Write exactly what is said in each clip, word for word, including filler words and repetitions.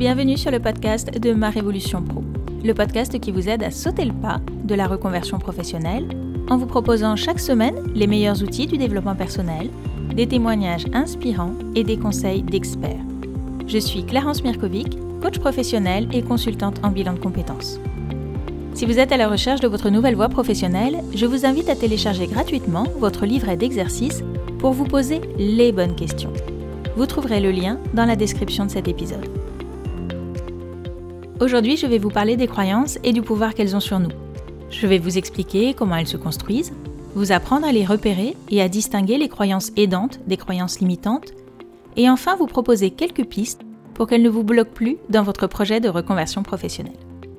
Bienvenue sur le podcast de Ma Révolution Pro, le podcast qui vous aide à sauter le pas de la reconversion professionnelle en vous proposant chaque semaine les meilleurs outils du développement personnel, des témoignages inspirants et des conseils d'experts. Je suis Clarence Mirkovic, coach professionnel et consultante en bilan de compétences. Si vous êtes à la recherche de votre nouvelle voie professionnelle, je vous invite à télécharger gratuitement votre livret d'exercices pour vous poser les bonnes questions. Vous trouverez le lien dans la description de cet épisode. Aujourd'hui, je vais vous parler des croyances et du pouvoir qu'elles ont sur nous. Je vais vous expliquer comment elles se construisent, vous apprendre à les repérer et à distinguer les croyances aidantes des croyances limitantes, et enfin vous proposer quelques pistes pour qu'elles ne vous bloquent plus dans votre projet de reconversion professionnelle.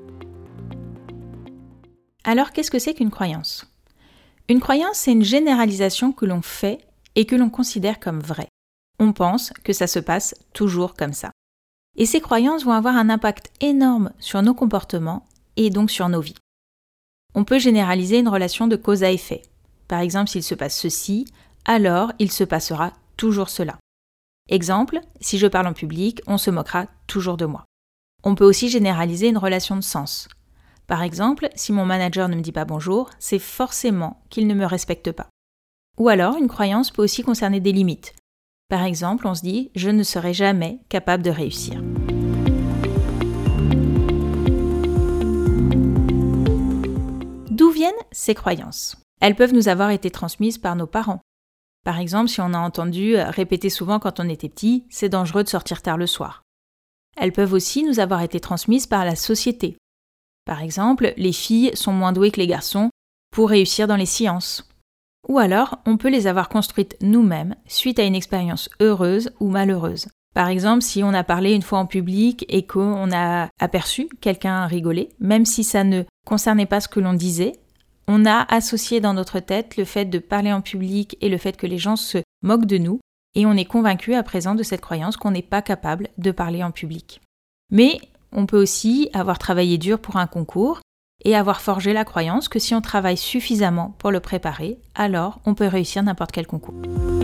Alors, qu'est-ce que c'est qu'une croyance ? Une croyance, c'est une généralisation que l'on fait et que l'on considère comme vraie. On pense que ça se passe toujours comme ça. Et ces croyances vont avoir un impact énorme sur nos comportements et donc sur nos vies. On peut généraliser une relation de cause à effet. Par exemple, s'il se passe ceci, alors il se passera toujours cela. Exemple, si je parle en public, on se moquera toujours de moi. On peut aussi généraliser une relation de sens. Par exemple, si mon manager ne me dit pas bonjour, c'est forcément qu'il ne me respecte pas. Ou alors, une croyance peut aussi concerner des limites. Par exemple, on se dit « je ne serai jamais capable de réussir ». D'où viennent ces croyances ? Elles peuvent nous avoir été transmises par nos parents. Par exemple, si on a entendu répéter souvent quand on était petit « c'est dangereux de sortir tard le soir ». Elles peuvent aussi nous avoir été transmises par la société. Par exemple, les filles sont moins douées que les garçons pour réussir dans les sciences. Ou alors, on peut les avoir construites nous-mêmes suite à une expérience heureuse ou malheureuse. Par exemple, si on a parlé une fois en public et qu'on a aperçu quelqu'un rigoler, même si ça ne concernait pas ce que l'on disait, on a associé dans notre tête le fait de parler en public et le fait que les gens se moquent de nous, et on est convaincu à présent de cette croyance qu'on n'est pas capable de parler en public. Mais on peut aussi avoir travaillé dur pour un concours et avoir forgé la croyance que si on travaille suffisamment pour le préparer, alors on peut réussir n'importe quel concours.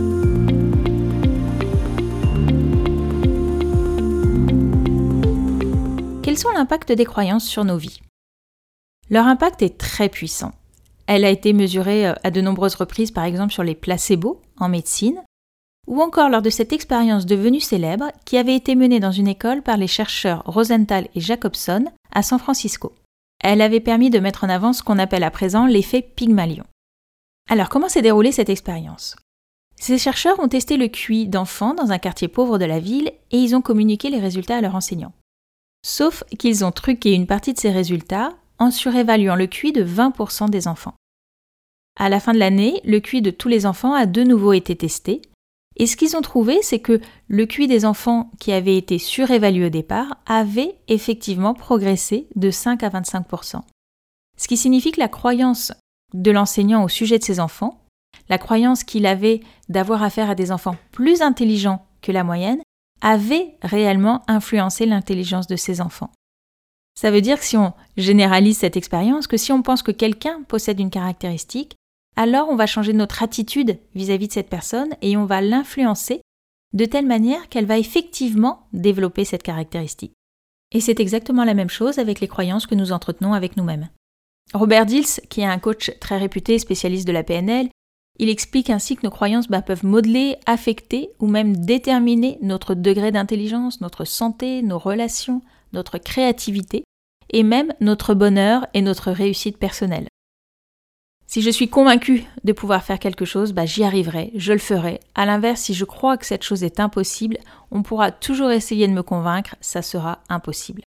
Quels sont l'impact des croyances sur nos vies ? Leur impact est très puissant. Elle a été mesurée à de nombreuses reprises, par exemple sur les placebos en médecine, ou encore lors de cette expérience devenue célèbre qui avait été menée dans une école par les chercheurs Rosenthal et Jacobson à San Francisco. Elle avait permis de mettre en avant ce qu'on appelle à présent l'effet Pygmalion. Alors, comment s'est déroulée cette expérience ? Ces chercheurs ont testé le Q I d'enfants dans un quartier pauvre de la ville et ils ont communiqué les résultats à leurs enseignants. Sauf qu'ils ont truqué une partie de ces résultats en surévaluant le Q I de vingt pour cent des enfants. À la fin de l'année, le Q I de tous les enfants a de nouveau été testé. Et ce qu'ils ont trouvé, c'est que le Q I des enfants qui avait été surévalué au départ avait effectivement progressé de cinq à vingt-cinq pour cent. Ce qui signifie que la croyance de l'enseignant au sujet de ses enfants, la croyance qu'il avait d'avoir affaire à des enfants plus intelligents que la moyenne, avait réellement influencé l'intelligence de ses enfants. Ça veut dire que si on généralise cette expérience, que si on pense que quelqu'un possède une caractéristique, alors on va changer notre attitude vis-à-vis de cette personne et on va l'influencer de telle manière qu'elle va effectivement développer cette caractéristique. Et c'est exactement la même chose avec les croyances que nous entretenons avec nous-mêmes. Robert Dills, qui est un coach très réputé, spécialiste de la P N L, il explique ainsi que nos croyances bah, peuvent modeler, affecter ou même déterminer notre degré d'intelligence, notre santé, nos relations, notre créativité et même notre bonheur et notre réussite personnelle. Si je suis convaincue de pouvoir faire quelque chose, bah j'y arriverai, je le ferai. À l'inverse, si je crois que cette chose est impossible, on pourra toujours essayer de me convaincre, ça sera impossible.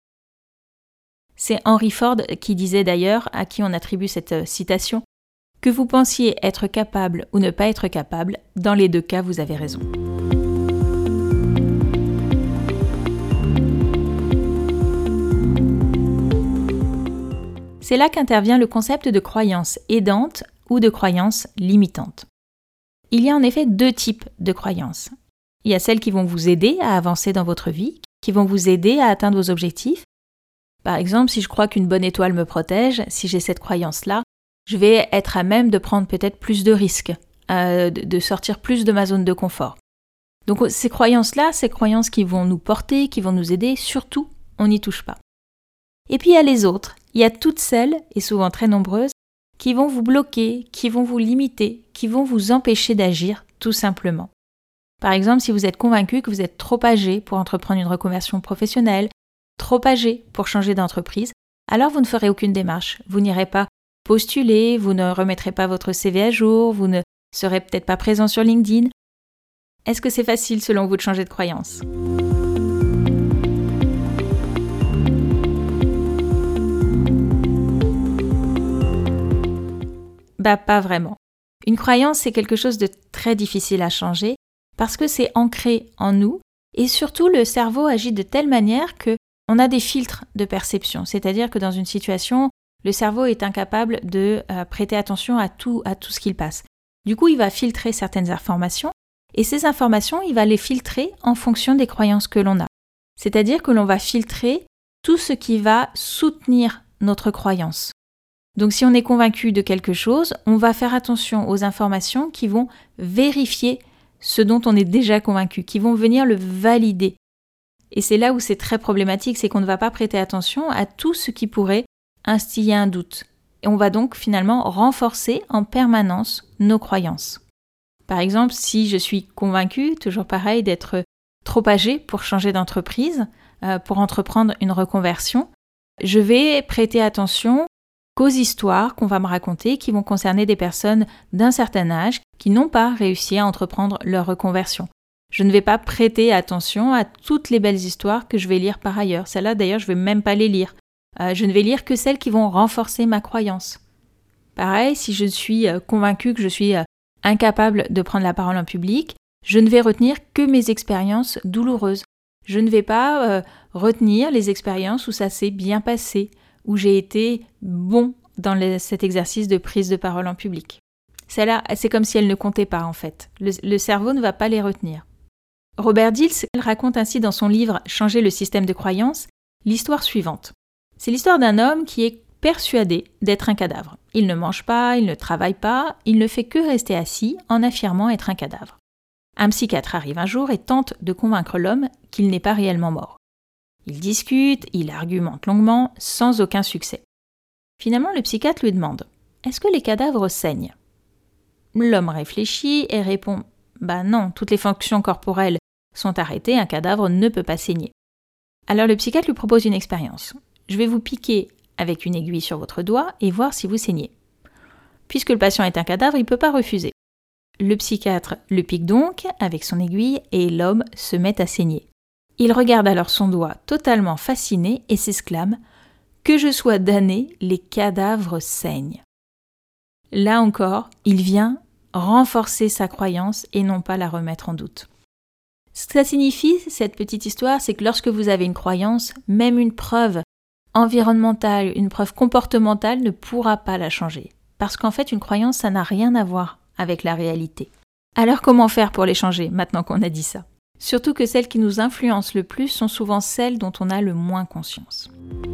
C'est Henry Ford qui disait d'ailleurs, à qui on attribue cette citation, « Que vous pensiez être capable ou ne pas être capable, dans les deux cas, vous avez raison. » C'est là qu'intervient le concept de croyance aidante ou de croyance limitante. Il y a en effet deux types de croyances. Il y a celles qui vont vous aider à avancer dans votre vie, qui vont vous aider à atteindre vos objectifs. Par exemple, si je crois qu'une bonne étoile me protège, si j'ai cette croyance-là, je vais être à même de prendre peut-être plus de risques, euh, de sortir plus de ma zone de confort. Donc ces croyances-là, ces croyances qui vont nous porter, qui vont nous aider, surtout on n'y touche pas. Et puis il y a les autres, il y a toutes celles, et souvent très nombreuses, qui vont vous bloquer, qui vont vous limiter, qui vont vous empêcher d'agir tout simplement. Par exemple, si vous êtes convaincu que vous êtes trop âgé pour entreprendre une reconversion professionnelle, trop âgé pour changer d'entreprise, alors vous ne ferez aucune démarche. Vous n'irez pas postuler, vous ne remettrez pas votre C V à jour, vous ne serez peut-être pas présent sur LinkedIn. Est-ce que c'est facile selon vous de changer de croyance ? Bah pas vraiment. Une croyance, c'est quelque chose de très difficile à changer parce que c'est ancré en nous et surtout le cerveau agit de telle manière qu'on a des filtres de perception. C'est-à-dire que dans une situation, le cerveau est incapable de euh, prêter attention à tout, à tout ce qu'il passe. Du coup, il va filtrer certaines informations et ces informations, il va les filtrer en fonction des croyances que l'on a. C'est-à-dire que l'on va filtrer tout ce qui va soutenir notre croyance. Donc si on est convaincu de quelque chose, on va faire attention aux informations qui vont vérifier ce dont on est déjà convaincu, qui vont venir le valider. Et c'est là où c'est très problématique, c'est qu'on ne va pas prêter attention à tout ce qui pourrait instiller un doute. Et on va donc finalement renforcer en permanence nos croyances. Par exemple, si je suis convaincue, toujours pareil, d'être trop âgée pour changer d'entreprise, euh, pour entreprendre une reconversion, je vais prêter attention qu'aux histoires qu'on va me raconter qui vont concerner des personnes d'un certain âge qui n'ont pas réussi à entreprendre leur reconversion. Je ne vais pas prêter attention à toutes les belles histoires que je vais lire par ailleurs. Celles-là, d'ailleurs, je ne vais même pas les lire. Euh, je ne vais lire que celles qui vont renforcer ma croyance. Pareil, si je suis euh, convaincue que je suis euh, incapable de prendre la parole en public, je ne vais retenir que mes expériences douloureuses. Je ne vais pas euh, retenir les expériences où ça s'est bien passé, où j'ai été bon dans le, cet exercice de prise de parole en public. Celle-là, c'est comme si elle ne comptait pas en fait. Le, le cerveau ne va pas les retenir. Robert Dills raconte ainsi dans son livre « Changer le système de croyance » l'histoire suivante. C'est l'histoire d'un homme qui est persuadé d'être un cadavre. Il ne mange pas, il ne travaille pas, il ne fait que rester assis en affirmant être un cadavre. Un psychiatre arrive un jour et tente de convaincre l'homme qu'il n'est pas réellement mort. Il discute, il argumente longuement, sans aucun succès. Finalement, le psychiatre lui demande « Est-ce que les cadavres saignent ?» L'homme réfléchit et répond « Bah non, toutes les fonctions corporelles sont arrêtées, un cadavre ne peut pas saigner. » Alors le psychiatre lui propose une expérience. « Je vais vous piquer avec une aiguille sur votre doigt et voir si vous saignez. » Puisque le patient est un cadavre, il ne peut pas refuser. Le psychiatre le pique donc avec son aiguille et l'homme se met à saigner. Il regarde alors son doigt totalement fasciné et s'exclame « Que je sois damné, les cadavres saignent !» Là encore, il vient renforcer sa croyance et non pas la remettre en doute. Ce que ça signifie, cette petite histoire, c'est que lorsque vous avez une croyance, même une preuve environnementale, une preuve comportementale ne pourra pas la changer. Parce qu'en fait, une croyance, ça n'a rien à voir avec la réalité. Alors comment faire pour les changer, maintenant qu'on a dit ça ? Surtout que celles qui nous influencent le plus sont souvent celles dont on a le moins conscience.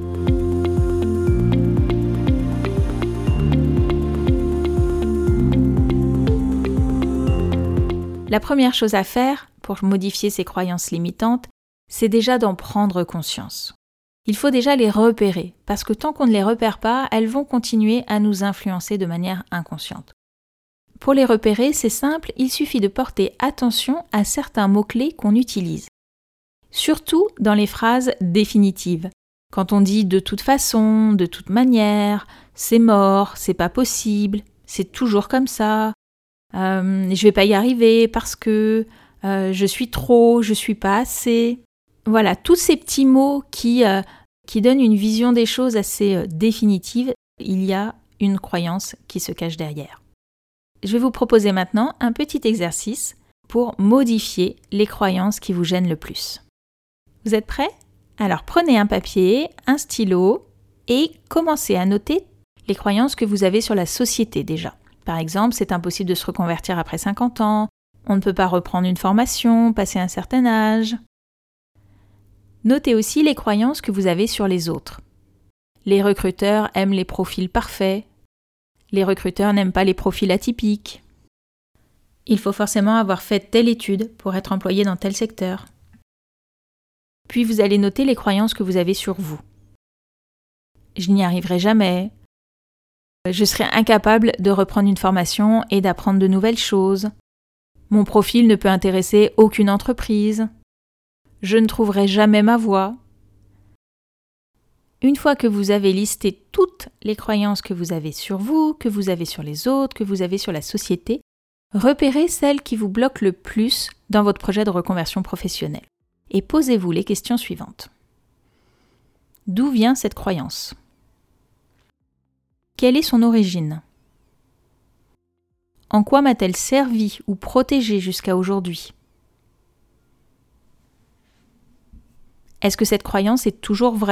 La première chose à faire pour modifier ces croyances limitantes, c'est déjà d'en prendre conscience. Il faut déjà les repérer, parce que tant qu'on ne les repère pas, elles vont continuer à nous influencer de manière inconsciente. Pour les repérer, c'est simple, il suffit de porter attention à certains mots-clés qu'on utilise. Surtout dans les phrases définitives. Quand on dit « de toute façon »,« de toute manière »,« c'est mort »,« c'est pas possible »,« c'est toujours comme ça »,« euh, je vais pas y arriver parce que euh, je suis trop, je suis pas assez ». Voilà, tous ces petits mots qui, euh, qui donnent une vision des choses assez euh, définitive, il y a une croyance qui se cache derrière. Je vais vous proposer maintenant un petit exercice pour modifier les croyances qui vous gênent le plus. Vous êtes prêts ? Alors prenez un papier, un stylo et commencez à noter les croyances que vous avez sur la société déjà. Par exemple, c'est impossible de se reconvertir après cinquante ans, on ne peut pas reprendre une formation, passer un certain âge. Notez aussi les croyances que vous avez sur les autres. Les recruteurs aiment les profils parfaits. Les recruteurs n'aiment pas les profils atypiques. Il faut forcément avoir fait telle étude pour être employé dans tel secteur. Puis vous allez noter les croyances que vous avez sur vous. Je n'y arriverai jamais. Je serai incapable de reprendre une formation et d'apprendre de nouvelles choses. Mon profil ne peut intéresser aucune entreprise. Je ne trouverai jamais ma voie. Une fois que vous avez listé toutes les croyances que vous avez sur vous, que vous avez sur les autres, que vous avez sur la société, repérez celles qui vous bloquent le plus dans votre projet de reconversion professionnelle. Et posez-vous les questions suivantes. D'où vient cette croyance ? Quelle est son origine ? En quoi m'a-t-elle servi ou protégée jusqu'à aujourd'hui ? Est-ce que cette croyance est toujours vraie ?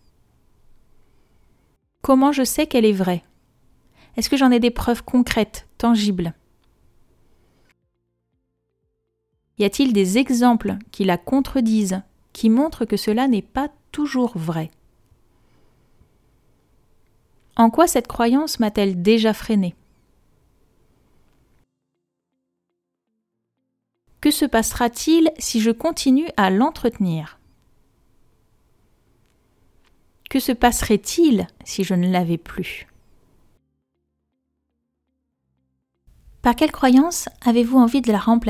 Comment je sais qu'elle est vraie ? Est-ce que j'en ai des preuves concrètes, tangibles ? Y a-t-il des exemples qui la contredisent, qui montrent que cela n'est pas toujours vrai ? En quoi cette croyance m'a-t-elle déjà freiné ? Que se passera-t-il si je continue à l'entretenir ? Que se passerait-il si je ne l'avais plus ? Par quelle croyance avez-vous envie de la remplacer ?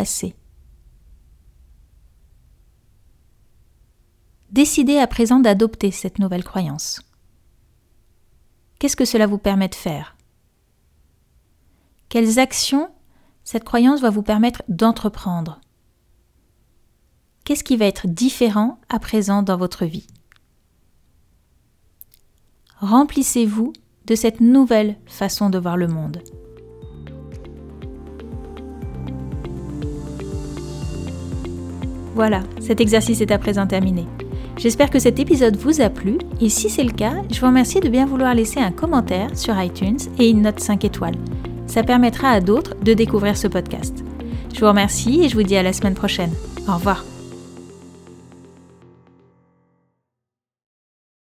Décidez à présent d'adopter cette nouvelle croyance. Qu'est-ce que cela vous permet de faire ? Quelles actions cette croyance va vous permettre d'entreprendre ? Qu'est-ce qui va être différent à présent dans votre vie ? Remplissez-vous de cette nouvelle façon de voir le monde. Voilà, cet exercice est à présent terminé. J'espère que cet épisode vous a plu et si c'est le cas, je vous remercie de bien vouloir laisser un commentaire sur iTunes et une note cinq étoiles. Ça permettra à d'autres de découvrir ce podcast. Je vous remercie et je vous dis à la semaine prochaine. Au revoir.